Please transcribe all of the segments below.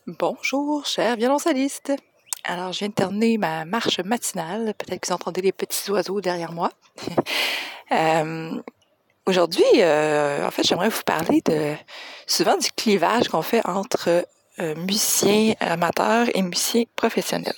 Bonjour, chers violoncellistes. Alors, je viens de terminer ma marche matinale. Peut-être que vous entendez les petits oiseaux derrière moi. Aujourd'hui, en fait, j'aimerais vous parler souvent du clivage qu'on fait entre musiciens amateurs et musiciens professionnels.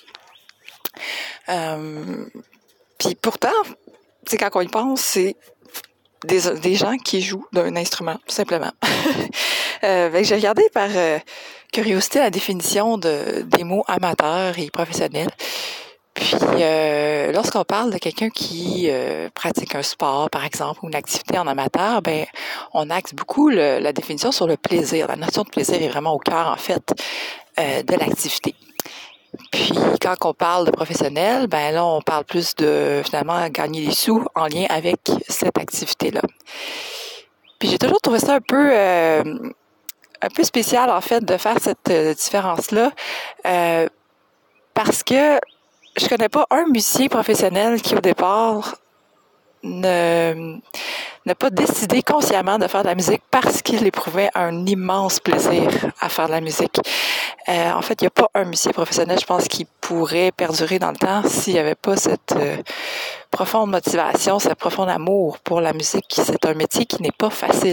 Puis pourtant, c'est quand on y pense, c'est des gens qui jouent d'un instrument, tout simplement. J'ai regardé par curiosité la définition des mots amateur et professionnel. Puis, lorsqu'on parle de quelqu'un qui pratique un sport, par exemple, ou une activité en amateur, ben, on axe beaucoup la définition sur le plaisir. La notion de plaisir est vraiment au cœur, en fait, de l'activité. Puis, quand on parle de professionnel, ben là, on parle plus de, finalement, gagner des sous en lien avec cette activité-là. Puis, j'ai toujours trouvé ça un peu spécial, en fait, de faire cette différence-là, parce que je connais pas un musicien professionnel qui, au départ, n'a pas décidé consciemment de faire de la musique parce qu'il éprouvait un immense plaisir à faire de la musique. En fait, il n'y a pas un musicien professionnel, je pense, qui pourrait perdurer dans le temps s'il n'y avait pas cette profonde motivation, ce profond amour pour la musique. C'est un métier qui n'est pas facile.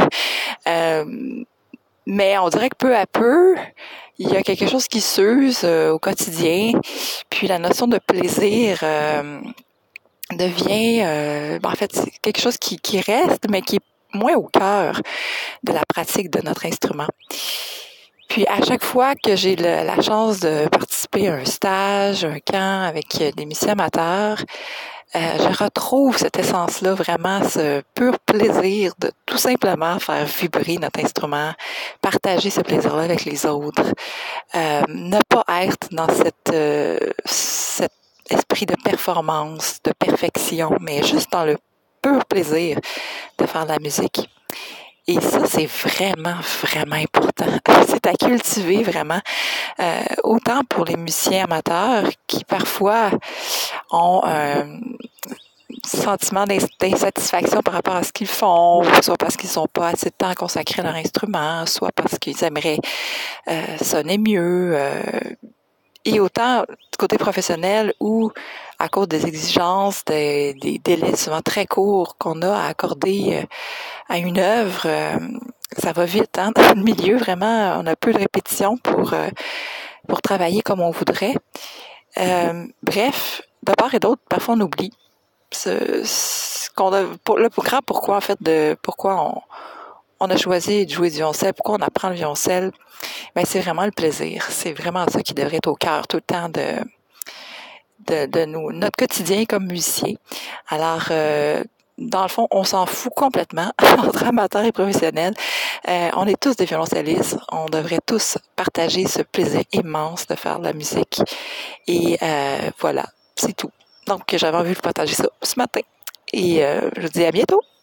Mais on dirait que peu à peu, il y a quelque chose qui s'use au quotidien. Puis la notion de plaisir devient, en fait, c'est quelque chose qui reste, mais qui est moins au cœur de la pratique de notre instrument. Puis à chaque fois que j'ai la chance de participer à un stage, un camp avec des musiciens amateurs, je retrouve cette essence-là, vraiment ce pur plaisir de tout simplement faire vibrer notre instrument, partager ce plaisir-là avec les autres, ne pas être dans cet esprit de performance, de perfection, mais juste dans le pur plaisir de faire de la musique. Et ça, c'est vraiment, vraiment important. C'est à cultiver vraiment, autant pour les musiciens amateurs qui parfois ont sentiment d'insatisfaction par rapport à ce qu'ils font, soit parce qu'ils n'ont pas assez de temps à consacrer à leur instrument, soit parce qu'ils aimeraient sonner mieux. Et autant du côté professionnel où, à cause des exigences, des délais souvent très courts qu'on a à accorder à une œuvre, ça va vite, hein, dans le milieu, vraiment, on a peu de répétitions pour travailler comme on voudrait. Bref, de part et d'autre, parfois on oublie le grand pourquoi, en fait, pourquoi on a choisi de jouer du violoncelle, pourquoi on apprend le violoncelle, ben c'est vraiment le plaisir. C'est vraiment ça qui devrait être au cœur tout le temps de notre quotidien comme musicien. Alors, dans le fond, on s'en fout complètement entre amateurs et professionnels. On est tous des violoncellistes. On devrait tous partager ce plaisir immense de faire de la musique. Et voilà, c'est tout. Donc, j'avais envie de partager ça ce matin. Et je vous dis à bientôt.